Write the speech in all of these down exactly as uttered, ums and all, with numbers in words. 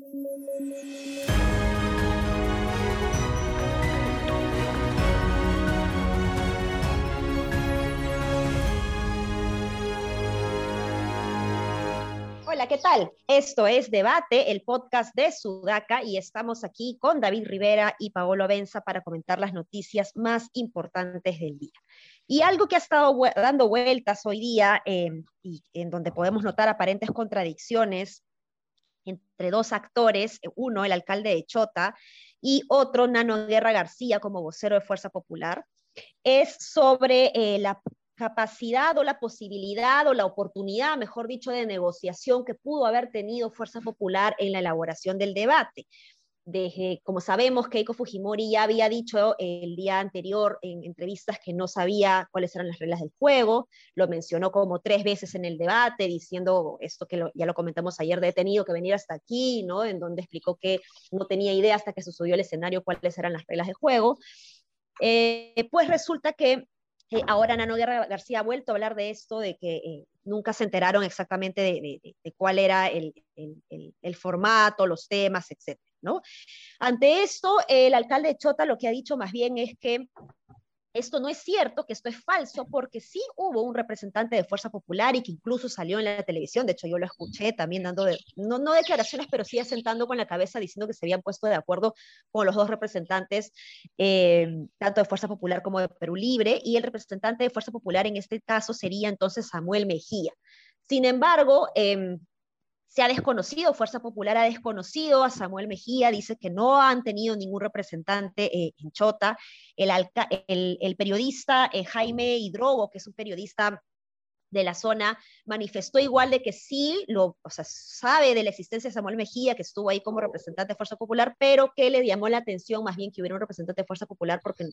Hola, ¿qué tal? Esto es Debate, el podcast de Sudaca, y estamos aquí con David Rivera y Paolo Benza para comentar las noticias más importantes del día. Y algo que ha estado dando vueltas hoy día, eh, y en donde podemos notar aparentes contradicciones entre dos actores, uno, el alcalde de Chota, y otro, Nano Guerra García, como vocero de Fuerza Popular, es sobre eh, la capacidad o la posibilidad o la oportunidad, mejor dicho, de negociación que pudo haber tenido Fuerza Popular en la elaboración del debate. Desde, como sabemos, Keiko Fujimori ya había dicho el día anterior en entrevistas que no sabía cuáles eran las reglas del juego, lo mencionó como tres veces en el debate, diciendo esto que lo, ya lo comentamos ayer, de tenido que venir hasta aquí, ¿no? En donde explicó que no tenía idea hasta que se subió al escenario cuáles eran las reglas del juego. Eh, pues resulta que eh, ahora Nano Guerra García ha vuelto a hablar de esto, de que eh, nunca se enteraron exactamente de, de, de cuál era el, el, el, el formato, los temas, etcétera, ¿no? Ante esto, el alcalde de Chota lo que ha dicho más bien es que esto no es cierto, que esto es falso, porque sí hubo un representante de Fuerza Popular y que incluso salió en la televisión. De hecho, yo lo escuché también dando, de, no, no declaraciones, pero sí asentando con la cabeza diciendo que se habían puesto de acuerdo con los dos representantes, eh, tanto de Fuerza Popular como de Perú Libre, y el representante de Fuerza Popular en este caso sería entonces Samuel Mejía. Sin embargo, eh, se ha desconocido, Fuerza Popular ha desconocido a Samuel Mejía, dice que no han tenido ningún representante eh, en Chota. El, el, el periodista eh, Jaime Hidrogo, que es un periodista de la zona, manifestó igual de que sí, lo, o sea, sabe de la existencia de Samuel Mejía, que estuvo ahí como representante de Fuerza Popular, pero que le llamó la atención más bien que hubiera un representante de Fuerza Popular porque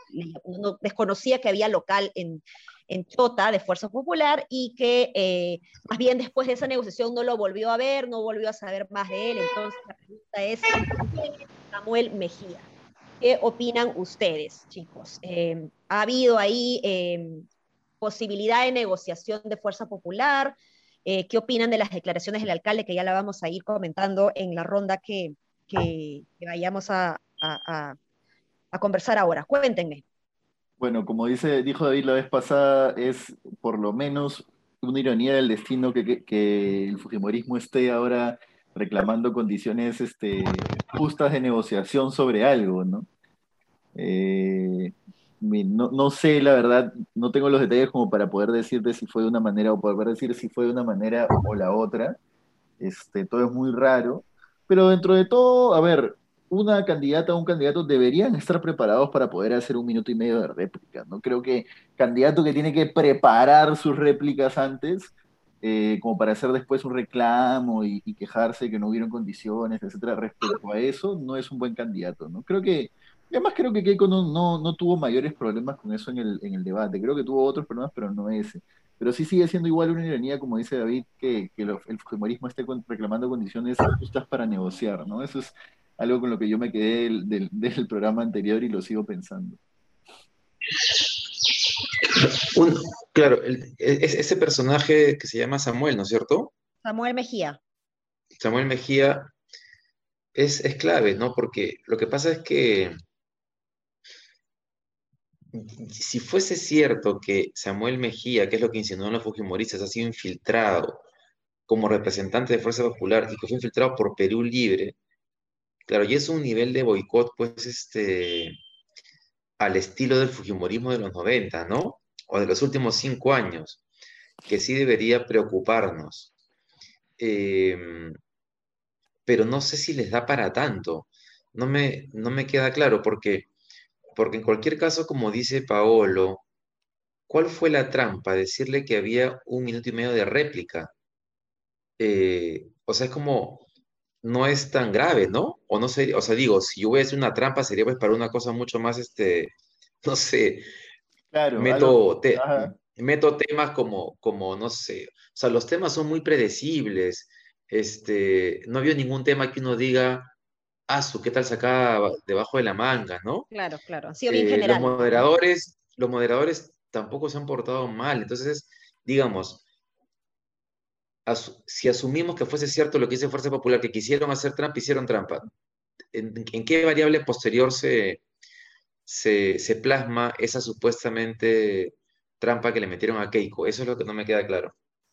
no, desconocía que había local en, en Chota de Fuerza Popular, y que eh, más bien después de esa negociación no lo volvió a ver, no volvió a saber más de él. Entonces la pregunta es, ¿quién es Samuel Mejía? ¿Qué opinan ustedes, chicos? Eh, ¿Ha habido ahí eh, posibilidad de negociación de Fuerza Popular? Eh, ¿Qué opinan de las declaraciones del alcalde, que ya la vamos a ir comentando en la ronda que, que, que vayamos a, a, a, a conversar ahora? Cuéntenme. Bueno, como dice, dijo David la vez pasada, es por lo menos una ironía del destino que, que, que el fujimorismo esté ahora reclamando condiciones este, justas de negociación sobre algo, ¿no? Eh, no, no sé, la verdad, no tengo los detalles como para poder decirte si fue de una manera o poder decir si fue de una manera o la otra. Este, todo es muy raro, pero dentro de todo, a ver, una candidata o un candidato deberían estar preparados para poder hacer un minuto y medio de réplica, ¿no? Creo que candidato que tiene que preparar sus réplicas antes, eh, como para hacer después un reclamo y, y quejarse que no hubieron condiciones, etcétera, respecto a eso, no es un buen candidato, ¿no? Creo que, y además creo que Keiko no, no, no tuvo mayores problemas con eso en el, en el debate, creo que tuvo otros problemas, pero no ese. Pero sí sigue siendo igual una ironía, como dice David, que, que lo- el fujimorismo esté con- reclamando condiciones justas para negociar, ¿no? Eso es algo con lo que yo me quedé del, del- del programa anterior y lo sigo pensando. Un, claro, el- es, ese personaje que se llama Samuel, ¿no es cierto? Samuel Mejía. Samuel Mejía es, es clave, ¿no? Porque lo que pasa es que si fuese cierto que Samuel Mejía, que es lo que insinuaron los fujimoristas, ha sido infiltrado como representante de Fuerza Popular y que fue infiltrado por Perú Libre, claro, y es un nivel de boicot, pues, este, al estilo del fujimorismo de los noventa, ¿no? O de los últimos cinco años, que sí debería preocuparnos. Eh, pero no sé si les da para tanto. No me, no me queda claro, porque, porque en cualquier caso, como dice Paolo, ¿cuál fue la trampa? Decirle que había un minuto y medio de réplica. Eh, o sea, es como, no es tan grave, ¿no? O no sé, o sea, digo, si yo voy a hacer una trampa sería pues para una cosa mucho más, este, no sé, Claro, algo, meto, te- ajá, meto temas como, como, no sé, o sea, los temas son muy predecibles, este, no había ningún tema que uno diga, ah, su, ¿qué tal sacaba debajo de la manga, ¿no? Claro, claro. Han sido bien Eh, los generales, pues, ¿no? moderadores, los moderadores tampoco se han portado mal, entonces, digamos, asu- si asumimos que fuese cierto lo que dice Fuerza Popular, que quisieron hacer trampa, hicieron trampa, ¿en, en qué variable posterior se, se, se plasma esa supuestamente trampa que le metieron a Keiko? Eso es lo que no me queda claro.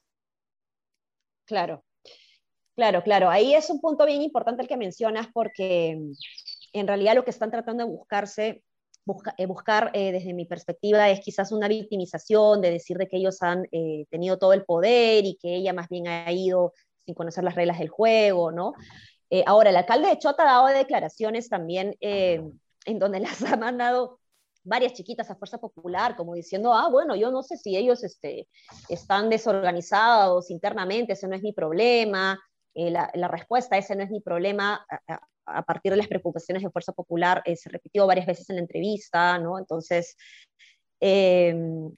Claro, claro, claro. Ahí es un punto bien importante el que mencionas porque mm, en realidad lo que están tratando de buscarse, busca- eh, buscar eh, desde mi perspectiva es quizás una victimización, de decir de que ellos han eh, tenido todo el poder y que ella más bien ha ido sin conocer las reglas del juego, ¿no? Eh, ahora, el alcalde de Chota ha dado declaraciones también eh, en donde las ha mandado varias chiquitas a Fuerza Popular, como diciendo, ah, bueno, yo no sé si ellos este, están desorganizados internamente, ese no es mi problema, eh, la, la, respuesta, ese no es mi problema, a, a, a partir de las preocupaciones de Fuerza Popular, eh, se repitió varias veces en la entrevista, ¿no? Entonces, eh,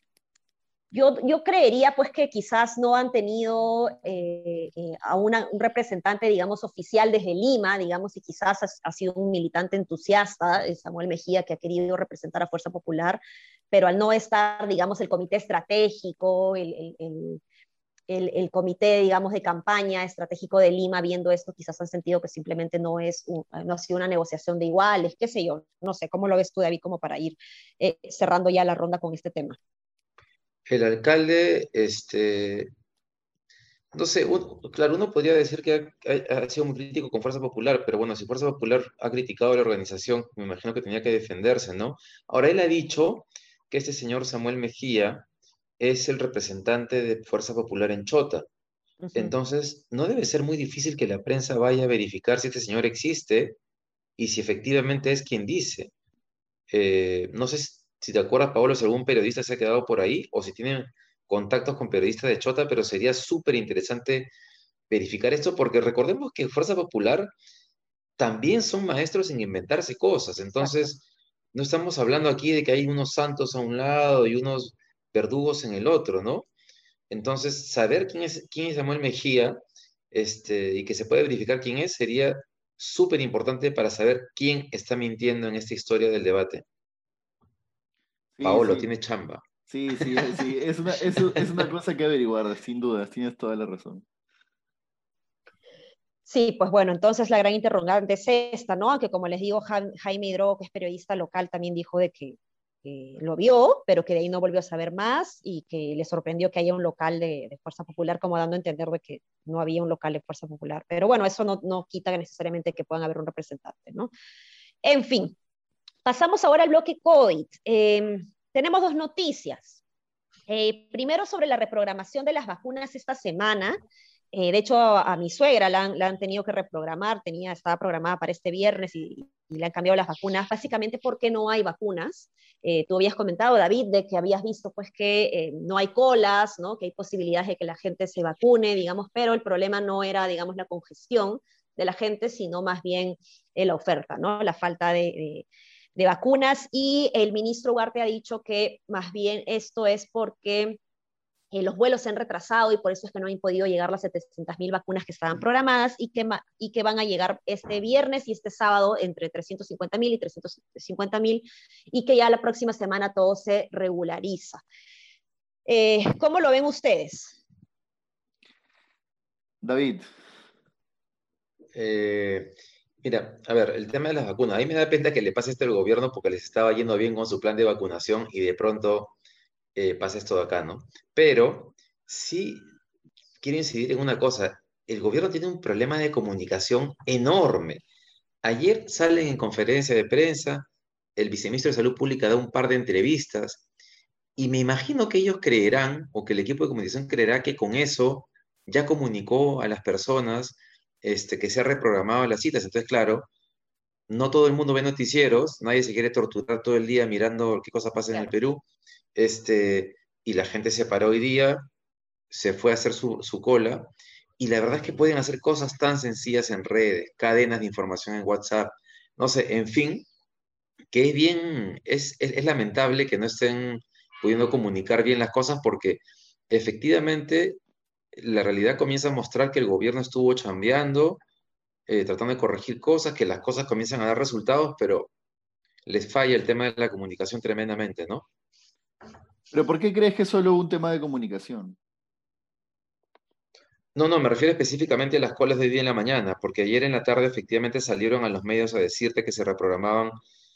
yo, yo creería pues que quizás no han tenido eh, eh, a una, un representante, digamos, oficial desde Lima, digamos, y quizás ha, ha sido un militante entusiasta, eh, Samuel Mejía, que ha querido representar a Fuerza Popular, pero al no estar, digamos, el comité estratégico, el, el, el, el, el comité, digamos, de campaña estratégico de Lima viendo esto, quizás han sentido que simplemente no, es un, no ha sido una negociación de iguales, qué sé yo, no sé, ¿cómo lo ves tú, David, como para ir eh, cerrando ya la ronda con este tema? El alcalde, este, no sé, un- claro, uno podría decir que ha, ha sido muy crítico con Fuerza Popular, pero bueno, si Fuerza Popular ha criticado a la organización, me imagino que tenía que defenderse, ¿no? Ahora, él ha dicho que este señor Samuel Mejía es el representante de Fuerza Popular en Chota. Uh -huh. Entonces, no debe ser muy difícil que la prensa vaya a verificar si este señor existe y si efectivamente es quien dice. Eh, no sé si te acuerdas, Paolo, si algún periodista se ha quedado por ahí o si tienen contactos con periodistas de Chota, pero sería súper interesante verificar esto porque recordemos que Fuerza Popular también son maestros en inventarse cosas. Exacto. Entonces, no estamos hablando aquí de que hay unos santos a un lado y unos verdugos en el otro, ¿no? Entonces, saber quién es, quién es Samuel Mejía, este, y que se puede verificar quién es, sería súper importante para saber quién está mintiendo en esta historia del debate. Sí, Paolo, sí, tiene chamba. sí, sí, es- sí, es una, es, es una cosa que averiguar, sin duda, tienes toda la razón. Sí, pues bueno, entonces la gran interrogante es esta, ¿no? Que como les digo, Ja- Jaime Hidrogo, que es periodista local, también dijo de que eh, lo vio, pero que de ahí no volvió a saber más y que le sorprendió que haya un local de, de Fuerza Popular, como dando a entender de que no había un local de Fuerza Popular. Pero bueno, eso no, no quita necesariamente que puedan haber un representante, ¿no? En fin, pasamos ahora al bloque COVID. Eh, tenemos dos noticias. Eh, primero sobre la reprogramación de las vacunas esta semana. Eh, de hecho, a, a mi suegra la han, la han, tenido que reprogramar, tenía, estaba programada para este viernes y, y le han cambiado las vacunas, básicamente porque no hay vacunas. Eh, tú habías comentado, David, de que habías visto pues que eh, no hay colas, ¿no? Que hay posibilidades de que la gente se vacune, digamos, pero el problema no era, digamos, la congestión de la gente, sino más bien eh, la oferta, ¿no? La falta de, de de vacunas y el ministro Ugarte ha dicho que más bien esto es porque eh, los vuelos se han retrasado y por eso es que no han podido llegar las setecientas mil vacunas que estaban programadas y que, y que van a llegar este viernes y este sábado entre trescientos cincuenta mil y trescientos cincuenta mil y que ya la próxima semana todo se regulariza. Eh, ¿Cómo lo ven ustedes? David. Eh, mira, a ver, el tema de las vacunas. A mí me da pena que le pase esto al gobierno porque les estaba yendo bien con su plan de vacunación y de pronto eh, pasa esto de acá, ¿no? Pero sí quiero incidir en una cosa. El gobierno tiene un problema de comunicación enorme. Ayer salen en conferencia de prensa, el viceministro de Salud Pública da un par de entrevistas y me imagino que ellos creerán, o que el equipo de comunicación creerá que con eso ya comunicó a las personas este, que se ha reprogramado las citas. Entonces, claro, no todo el mundo ve noticieros, nadie se quiere torturar todo el día mirando qué cosa pasa en el Claro. Perú, este, y la gente se paró hoy día, se fue a hacer su, su cola, y la verdad es que pueden hacer cosas tan sencillas en redes, cadenas de información en WhatsApp, no sé, en fin, que es bien, es, es, es lamentable que no estén pudiendo comunicar bien las cosas porque efectivamente la realidad comienza a mostrar que el gobierno estuvo chambeando, eh, tratando de corregir cosas, que las cosas comienzan a dar resultados, pero les falla el tema de la comunicación tremendamente, ¿no? ¿Pero por qué crees que es solo un tema de comunicación? No, no, me refiero específicamente a las colas de hoy día en la mañana, porque ayer en la tarde efectivamente salieron a los medios a decirte que se reprogramaban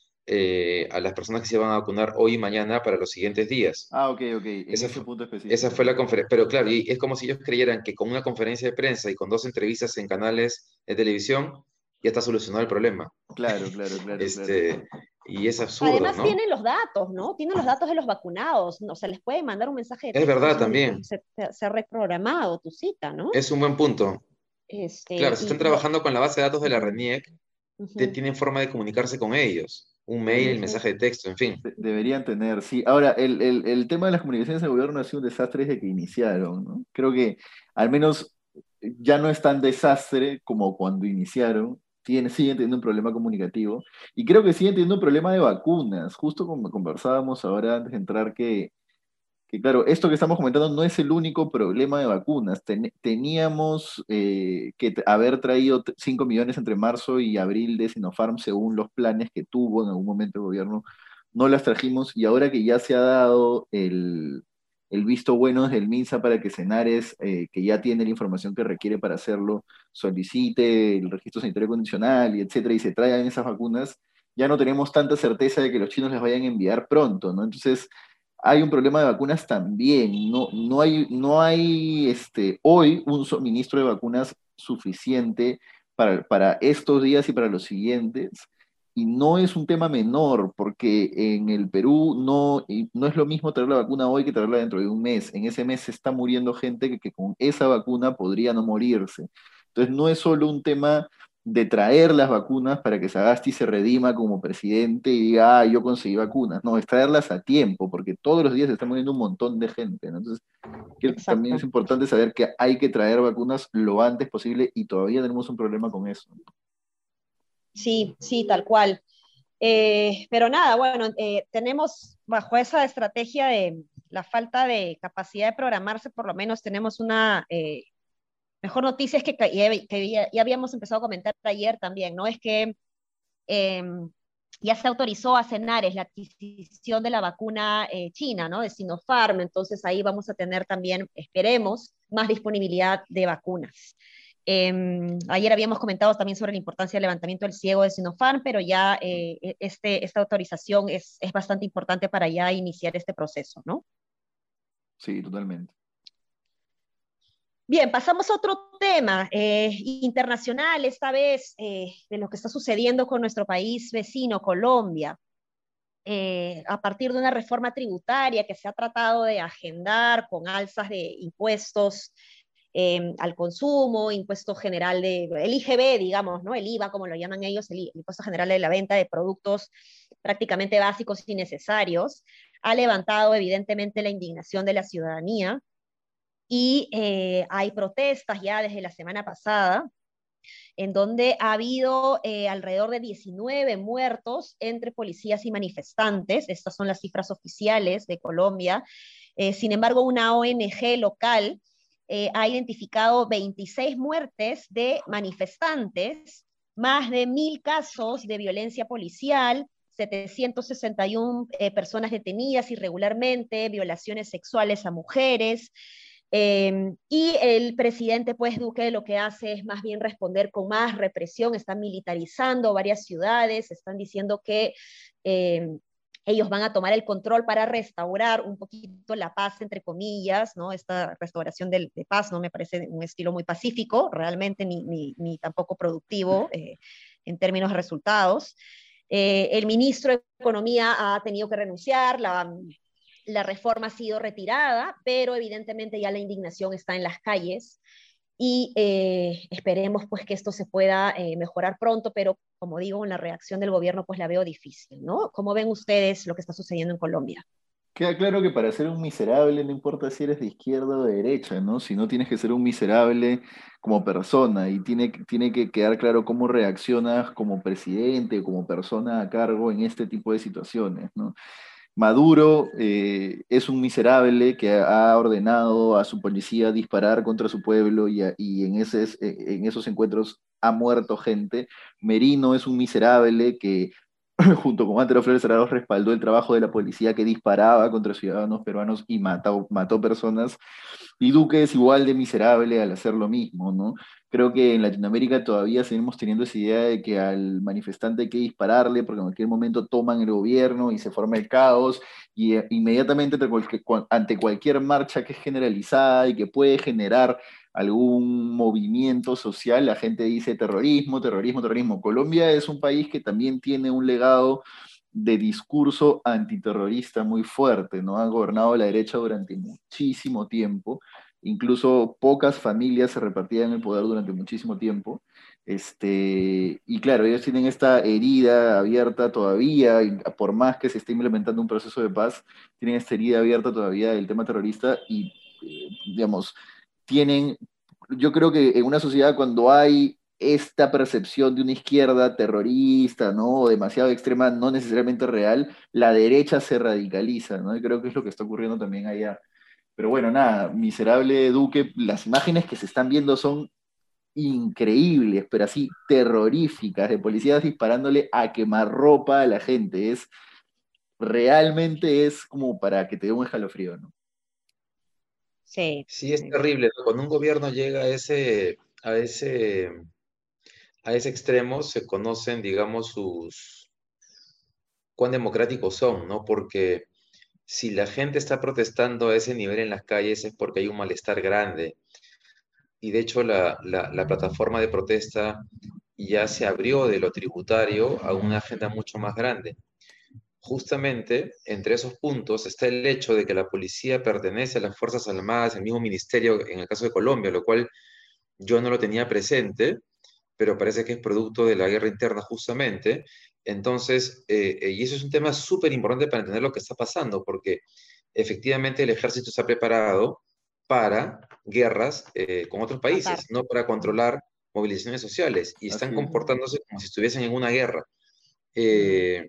eh, a las personas que se iban a vacunar hoy y mañana para los siguientes días. Ah, ok, ok, en Esa ese fue, punto esa específico, fue la ya. conferencia. Pero claro, y es como si ellos creyeran que con una conferencia de prensa y con dos entrevistas en canales de televisión ya está solucionado el problema. Claro, claro, claro, claro. Este, y es absurdo, Además ¿no? tienen los datos, ¿no? Tienen los datos de los vacunados, ¿no? O sea, les pueden mandar un mensaje de Es texto verdad diciendo también, se, se, se ha reprogramado tu cita, ¿no? es un buen punto. Este, Claro, si están y lo... trabajando con la base de datos de la Ujú, RENIEC, te- ujú, tienen forma de comunicarse con ellos. Un mail, ujú. mensaje de texto, en fin. De- deberían tener, sí. Ahora, el, el, el tema de las comunicaciones del gobierno ha sido un desastre desde que iniciaron, ¿no? Creo que al menos ya no es tan desastre como cuando iniciaron. Tiene, siguen teniendo un problema comunicativo y creo que siguen teniendo un problema de vacunas. Justo como conversábamos ahora antes de entrar que que claro, esto que estamos comentando no es el único problema de vacunas. Ten- teníamos eh, que t- haber traído cinco millones entre marzo y abril de Sinopharm según los planes que tuvo en algún momento el gobierno. No las trajimos y ahora que ya se ha dado el, el visto bueno desde el MINSA para que Senares, eh, que ya tiene la información que requiere para hacerlo, solicite el registro sanitario condicional y etcétera, y se traigan esas vacunas, ya no tenemos tanta certeza de que los chinos les vayan a enviar pronto, ¿no? Entonces hay un problema de vacunas también. No, no hay, no hay este, hoy un suministro de vacunas suficiente para, para estos días y para los siguientes. Y no es un tema menor, porque en el Perú no, y no es lo mismo traer la vacuna hoy que traerla dentro de un mes. En ese mes se está muriendo gente que, que con esa vacuna podría no morirse. Entonces no es solo un tema de traer las vacunas para que Sagasti se redima como presidente y diga, ah, yo conseguí vacunas. No, es traerlas a tiempo, porque todos los días se está muriendo un montón de gente, ¿no? Entonces, creo que también es Exacto. importante saber que hay que traer vacunas lo antes posible y todavía tenemos un problema con eso. Sí, sí, tal cual. Eh, pero nada, bueno, eh, tenemos bajo esa estrategia de la falta de capacidad de programarse, por lo menos tenemos una eh, mejor noticia es que, que, que ya, ya, habíamos empezado a comentar ayer también, ¿no? Es que eh, ya se autorizó a Cenares la adquisición de la vacuna eh, china, ¿no? De Sinopharm, entonces ahí vamos a tener también, esperemos, más disponibilidad de vacunas. Eh, ayer habíamos comentado también sobre la importancia del levantamiento del ciego de Sinopharm, pero ya eh, este, esta autorización es, es bastante importante para ya iniciar este proceso, ¿no? Sí, totalmente. Bien, pasamos a otro tema eh, internacional, esta vez eh, de lo que está sucediendo con nuestro país vecino, Colombia, eh, a partir de una reforma tributaria que se ha tratado de agendar con alzas de impuestos eh, al consumo, impuesto general de, el I G B, digamos, ¿no? El I V A, como lo llaman ellos, el, el impuesto general de la venta de productos prácticamente básicos y necesarios, ha levantado evidentemente la indignación de la ciudadanía y eh, hay protestas ya desde la semana pasada, en donde ha habido eh, alrededor de diecinueve muertos entre policías y manifestantes. Estas son las cifras oficiales de Colombia. Eh, sin embargo, una O N G local eh, ha identificado veintiséis muertes de manifestantes, más de mil casos de violencia policial, setecientas sesenta y una eh, personas detenidas irregularmente, violaciones sexuales a mujeres. Eh, y el presidente, pues, Duque lo que hace es más bien responder con más represión, están militarizando varias ciudades, están diciendo que eh, ellos van a tomar el control para restaurar un poquito la paz, entre comillas, ¿no? Esta restauración de, de paz no me parece un estilo muy pacífico, realmente, ni, ni, ni tampoco productivo eh, en términos de resultados. Eh, el ministro de Economía ha tenido que renunciar, la la reforma ha sido retirada, pero evidentemente ya la indignación está en las calles y eh, esperemos pues que esto se pueda eh, mejorar pronto, pero como digo, en la reacción del gobierno pues la veo difícil, ¿no? ¿Cómo ven ustedes lo que está sucediendo en Colombia? Queda claro que para ser un miserable no importa si eres de izquierda o de derecha, ¿no? Si no tienes que ser un miserable como persona y tiene, tiene que quedar claro cómo reaccionas como presidente o como persona a cargo en este tipo de situaciones, ¿no? Maduro eh, es un miserable que ha ordenado a su policía disparar contra su pueblo y, a- y en, ese, en esos encuentros ha muerto gente. Merino es un miserable que junto con Antero Flores Arauz, respaldó el trabajo de la policía que disparaba contra ciudadanos peruanos y mató, mató personas. Y Duque es igual de miserable al hacer lo mismo, ¿no? Creo que en Latinoamérica todavía seguimos teniendo esa idea de que al manifestante hay que dispararle porque en cualquier momento toman el gobierno y se forma el caos y eh, inmediatamente ante cualquier, ante cualquier marcha que es generalizada y que puede generar algún movimiento social, la gente dice terrorismo, terrorismo, terrorismo. Colombia es un país que también tiene un legado de discurso antiterrorista muy fuerte, ¿no? Ha gobernado la derecha durante muchísimo tiempo, incluso pocas familias se repartían el poder durante muchísimo tiempo. Este, y claro, ellos tienen esta herida abierta todavía, y por más que se esté implementando un proceso de paz, tienen esta herida abierta todavía del tema terrorista y, eh, digamos, tienen, yo creo que en una sociedad cuando hay esta percepción de una izquierda terrorista, ¿no? O demasiado extrema, no necesariamente real, la derecha se radicaliza, ¿no? Y creo que es lo que está ocurriendo también allá. Pero bueno, nada, miserable Duque, las imágenes que se están viendo son increíbles, pero así terroríficas, de policías disparándole a quemarropa a la gente. Es, realmente es como para que te dé un escalofrío, ¿no? Sí, Sí, es sí. terrible, ¿no? Cuando un gobierno llega a ese, a ese, a ese extremo, se conocen, digamos, sus, cuán democráticos son, ¿no? Porque si la gente está protestando a ese nivel en las calles es porque hay un malestar grande. Y de hecho la, la, la plataforma de protesta ya se abrió de lo tributario a una agenda mucho más grande. Justamente entre esos puntos está el hecho de que la policía pertenece a las Fuerzas Armadas, el mismo ministerio en el caso de Colombia, lo cual yo no lo tenía presente, pero parece que es producto de la guerra interna justamente. Entonces, eh, eh, y eso es un tema súper importante para entender lo que está pasando, porque efectivamente el ejército está preparado para guerras eh, con otros Matar. países, no para controlar movilizaciones sociales, y están Así es. comportándose como si estuviesen en una guerra. Mm. Eh,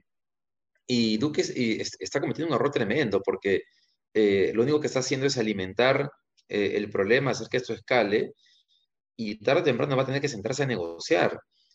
y Duque es- y es- está cometiendo un error tremendo, porque eh, lo único que está haciendo es alimentar eh, el problema, hacer que esto escale, y tarde o temprano va a tener que sentarse a negociar.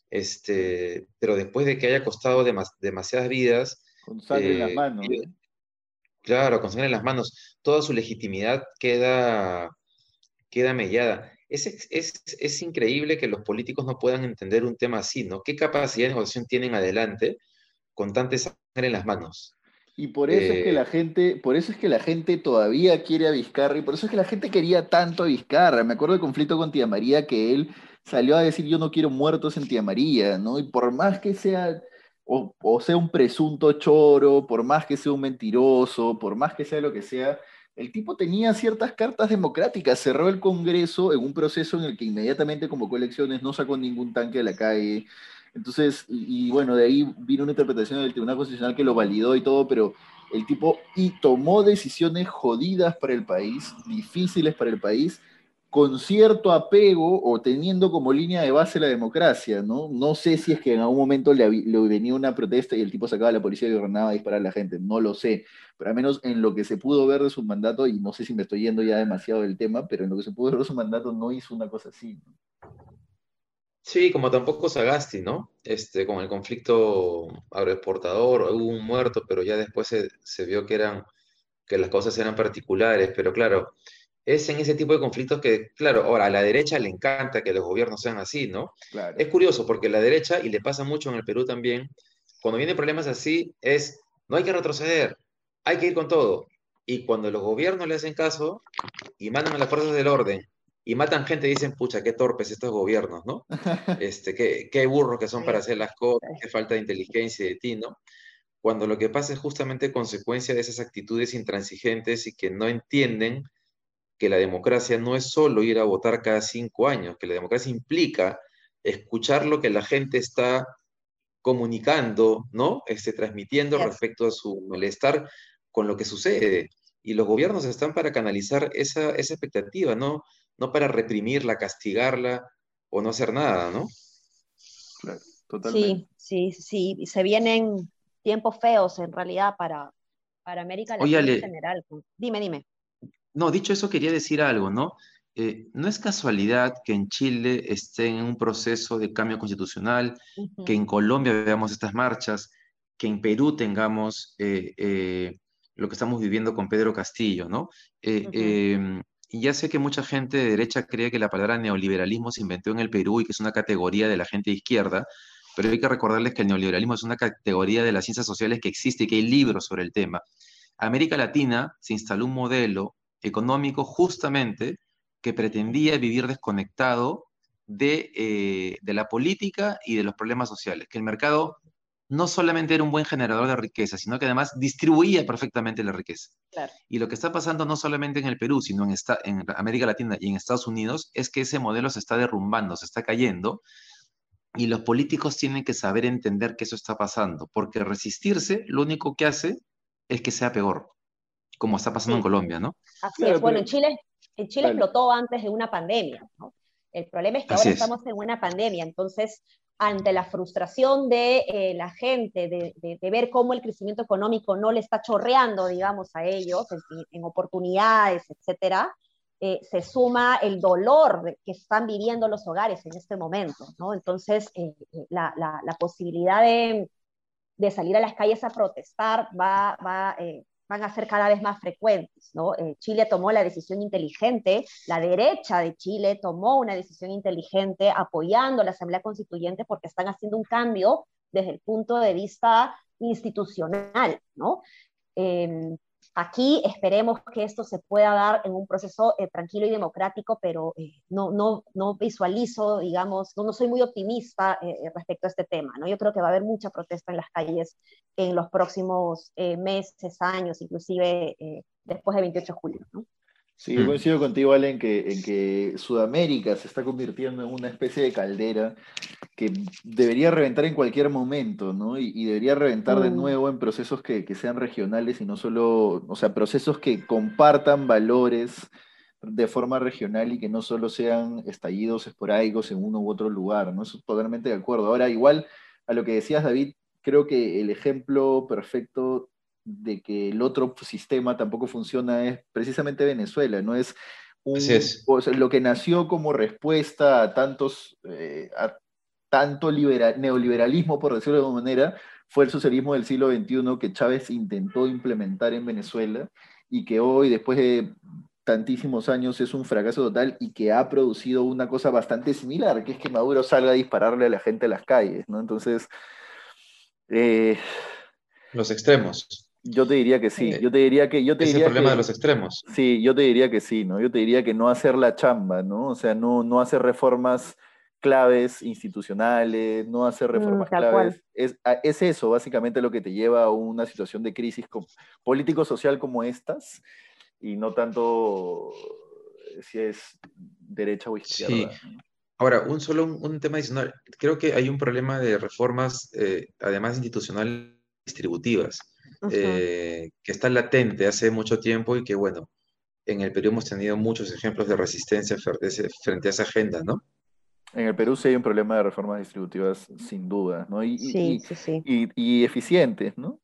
Este, pero después de que haya costado demas- demasiadas vidas, Con sangre en las eh, manos, y- ¿no? claro, con sangre en las manos, toda su legitimidad queda, queda mellada. Es, ex- es, es increíble que los políticos no puedan entender un tema así, ¿no? ¿Qué capacidad de negociación tienen adelante con tanta sangre en las manos? Y por eso es que Eh, la gente, por eso es que la gente todavía quiere a Vizcarra y por eso es que la gente quería tanto a Vizcarra. Me acuerdo del conflicto con Tía María que él salió a decir yo no quiero muertos en Tía María, ¿no? Y por más que sea o, o sea un presunto choro, por más que sea un mentiroso, por más que sea lo que sea, el tipo tenía ciertas cartas democráticas, cerró el Congreso en un proceso en el que inmediatamente convocó elecciones, no sacó ningún tanque de la calle. Entonces, y, y bueno, de ahí vino una interpretación del Tribunal Constitucional que lo validó y todo, pero el tipo y tomó decisiones jodidas para el país, difíciles para el país, con cierto apego o teniendo como línea de base la democracia, ¿no? No sé si es que en algún momento le, le venía una protesta y el tipo sacaba a la policía y ordenaba a disparar a la gente, no lo sé, pero al menos en lo que se pudo ver de su mandato, y no sé si me estoy yendo ya demasiado del tema, pero en lo que se pudo ver de su mandato no hizo una cosa así, ¿no? sí, como tampoco Sagasti, ¿no? Este, con el conflicto agroexportador, hubo un muerto, pero ya después se, se vio que eran, que las cosas eran particulares, pero claro, es en ese tipo de conflictos que, claro, ahora a la derecha le encanta que los gobiernos sean así, ¿no? Claro. Es curioso porque la derecha, y le pasa mucho en el Perú también, cuando vienen problemas así, es, no hay que retroceder, hay que ir con todo. Y cuando los gobiernos le hacen caso y mandan a las fuerzas del orden y matan gente, dicen, pucha, qué torpes estos gobiernos, ¿no? Este, qué, qué burros que son para Sí, hacer las cosas, sí. qué falta de inteligencia de ti, ¿no? Cuando lo que pasa es justamente consecuencia de esas actitudes intransigentes y que no entienden que la democracia no es solo ir a votar cada cinco años, que la democracia implica escuchar lo que la gente está comunicando, ¿no? Este, transmitiendo Yes. respecto a su malestar con lo que sucede. Y los gobiernos están para canalizar esa, esa expectativa, ¿no? No para reprimirla, castigarla o no hacer nada, ¿no? Claro, totalmente. Sí, sí, sí. Y se vienen tiempos feos en realidad para, para América Oye, Latina en Ale, general. Dime, dime. no, dicho eso, quería decir algo, ¿no? Eh, no es casualidad que en Chile esté en un proceso de cambio constitucional, que Ujú. en Colombia veamos estas marchas. que en Perú tengamos eh, eh, lo que estamos viviendo con Pedro Castillo, ¿no? Eh, Ujú. eh, y ya sé que mucha gente de derecha cree que la palabra neoliberalismo se inventó en el Perú y que es una categoría de la gente de izquierda, pero hay que recordarles que el neoliberalismo es una categoría de las ciencias sociales que existe y que hay libros sobre el tema. América Latina se instaló un modelo económico justamente que pretendía vivir desconectado de, eh, de la política y de los problemas sociales, que el mercado no solamente era un buen generador de riqueza, sino que además distribuía perfectamente la riqueza. Claro. Y lo que está pasando no solamente en el Perú, sino en, esta, en América Latina y en Estados Unidos, es que ese modelo se está derrumbando, se está cayendo, y los políticos tienen que saber entender que eso está pasando, porque resistirse lo único que hace es que sea peor, como está pasando en Sí, Colombia, ¿no? así es. Claro, Bueno, pero en Chile, en Chile dale. explotó antes de una pandemia, ¿no? El problema es que Así ahora es. estamos en una pandemia, entonces, ante la frustración de eh, la gente, de, de, de, ver cómo el crecimiento económico no le está chorreando, digamos, a ellos, en, en oportunidades, etcétera, eh, se suma el dolor de, que están viviendo los hogares en este momento, ¿no? Entonces, eh, la, la, la posibilidad de, de salir a las calles a protestar va, va, eh, van a ser cada vez más frecuentes, ¿no? Eh, Chile tomó la decisión inteligente, la derecha de Chile tomó una decisión inteligente apoyando a la Asamblea Constituyente porque están haciendo un cambio desde el punto de vista institucional, ¿no? Eh, Aquí esperemos que esto se pueda dar en un proceso eh, tranquilo y democrático, pero eh, no, no, no visualizo, digamos, no, no soy muy optimista eh, respecto a este tema, ¿no? Yo creo que va a haber mucha protesta en las calles en los próximos eh, meses, años, inclusive eh, después del veintiocho de julio, ¿no? Sí, yo Mm. coincido contigo, Ale, en que, en que Sudamérica se está convirtiendo en una especie de caldera que debería reventar en cualquier momento, ¿no? Y, y debería reventar de Mm, nuevo en procesos que, que sean regionales y no solo, o sea, procesos que compartan valores de forma regional y que no solo sean estallidos esporádicos en uno u otro lugar, ¿no? Eso totalmente de acuerdo. Ahora, igual a lo que decías, David, creo que el ejemplo perfecto de que el otro sistema tampoco funciona es precisamente Venezuela, ¿no? Es Así un, es. o sea, lo que nació como respuesta a tantos, eh, a tanto libera- neoliberalismo, por decirlo de alguna manera, fue el socialismo del siglo veintiuno que Chávez intentó implementar en Venezuela y que hoy, después de tantísimos años, es un fracaso total y que ha producido una cosa bastante similar, que es que Maduro salga a dispararle a la gente a las calles, ¿no? Entonces, eh, Los extremos. yo te diría que sí, Eh, yo te diría que, yo te es el diría problema de que, los extremos. sí, yo te diría que sí, ¿no? Yo te diría que no hacer la chamba, ¿no? O sea, no, no hacer reformas claves institucionales, no hacer mm, reformas tal cual. claves. Es, a- es eso básicamente lo que te lleva a una situación de crisis co- político-social como estas y no tanto eh, si es derecha o Sí. izquierda, ¿no? Ahora, un solo un, un tema adicional. Creo que hay un problema de reformas, eh, además institucionales distributivas, Ujú. eh, que está latente hace mucho tiempo y que, bueno, en el Perú hemos tenido muchos ejemplos de resistencia frente a, ese- frente a esa agenda, ¿no? En el Perú sí hay un problema de reformas distributivas, sin duda, ¿no? Y, Sí, y, sí, sí. y, y y eficientes, ¿no?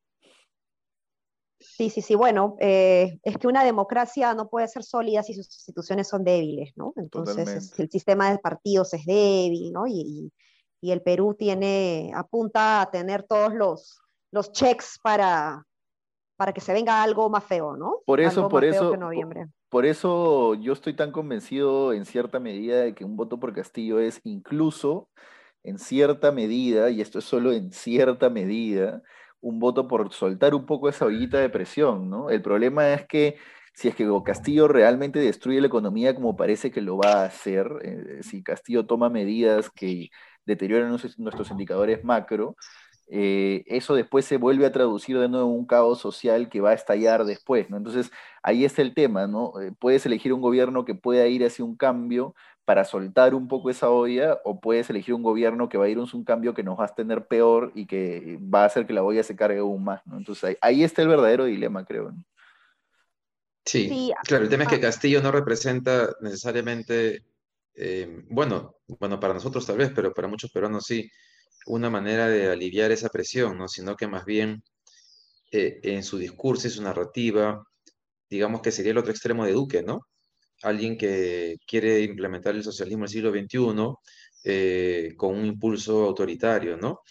Sí, sí, sí. Bueno, eh, es que una democracia no puede ser sólida si sus instituciones son débiles, ¿no? Entonces, es- Totalmente. el sistema de partidos es débil, ¿no? Y, y- y el Perú tiene, apunta a tener todos los, los checks para, para que se venga algo más feo, ¿no? Por eso, Algo por más feo que eso, po- noviembre. por eso yo estoy tan convencido en cierta medida de que un voto por Castillo es incluso en cierta medida, y esto es solo en cierta medida, un voto por soltar un poco esa ollita de presión, ¿no? El problema es que si es que Castillo realmente destruye la economía como parece que lo va a hacer, eh, si Castillo toma medidas que deterioran nuestros nuestros indicadores macro, eh, eso después se vuelve a traducir de nuevo en un caos social que va a estallar después, ¿no? Entonces, ahí está el tema, ¿no? Eh, puedes elegir un gobierno que pueda ir hacia un cambio para soltar un poco esa olla, o puedes elegir un gobierno que va a ir hacia un cambio que nos va a tener peor y que va a hacer que la olla se cargue aún más, ¿no? Entonces, ahí, ahí está el verdadero dilema, creo, ¿no? Sí, Sí, claro, el tema es que ah, Castillo no representa necesariamente, eh, bueno, bueno, para nosotros tal vez, pero para muchos peruanos sí, una manera de aliviar esa presión, ¿no? Sino que más bien eh, en su discurso y su narrativa, digamos que sería el otro extremo de Duque, ¿no? Alguien que quiere implementar el socialismo del siglo veintiuno eh, con un impulso autoritario, ¿no?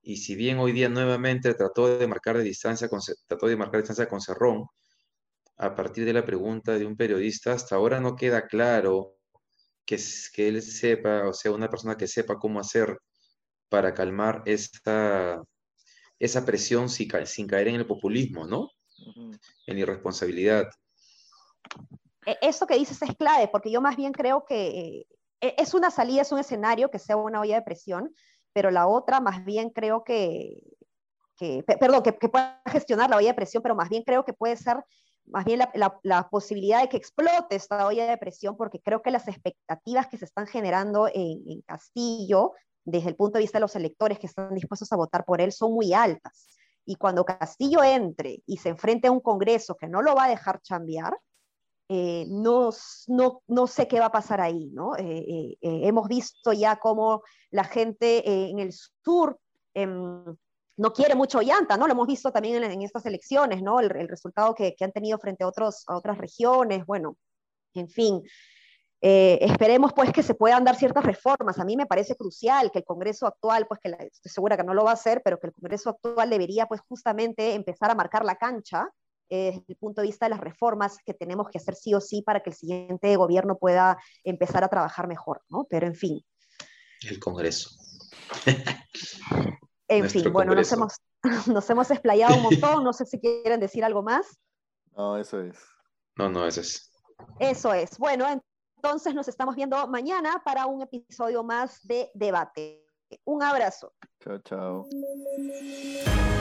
y si bien hoy día nuevamente trató de marcar de distancia con, trató de marcar distancia con Cerrón, a partir de la pregunta de un periodista, hasta ahora no queda claro que, que él sepa, o sea, una persona que sepa cómo hacer para calmar esta, esa presión sin, ca sin caer en el populismo, ¿no? Uh-huh. En la irresponsabilidad. Eso que dices es clave, porque yo más bien creo que eh, es una salida, es un escenario que sea una olla de presión, pero la otra más bien creo que, que perdón, que, que pueda gestionar la olla de presión, pero más bien creo que puede ser más bien la, la, la posibilidad de que explote esta olla de presión, porque creo que las expectativas que se están generando en, en Castillo, desde el punto de vista de los electores que están dispuestos a votar por él, son muy altas. Y cuando Castillo entre y se enfrente a un Congreso que no lo va a dejar chambear, Eh, no, no, no sé qué va a pasar ahí, ¿no? Eh, eh, eh, hemos visto ya cómo la gente eh, en el sur eh, no quiere mucho Ollanta, ¿no? Lo hemos visto también en, en estas elecciones, ¿no? El, el resultado que, que, han tenido frente a, otros, a otras regiones, bueno, en fin. Eh, esperemos pues que se puedan dar ciertas reformas. A mí me parece crucial que el Congreso actual, pues que la, estoy segura que no lo va a hacer, pero que el Congreso actual debería pues justamente empezar a marcar la cancha eh, desde el punto de vista de las reformas que tenemos que hacer sí o sí para que el siguiente gobierno pueda empezar a trabajar mejor, ¿no? Pero en fin. El Congreso. En Nuestro fin, bueno, nos hemos, nos hemos explayado un montón, no sé si quieren decir algo más. No, eso es. No, no, eso es. Eso es. Bueno, entonces nos estamos viendo mañana para un episodio más de Debate. Un abrazo. Chao, chao.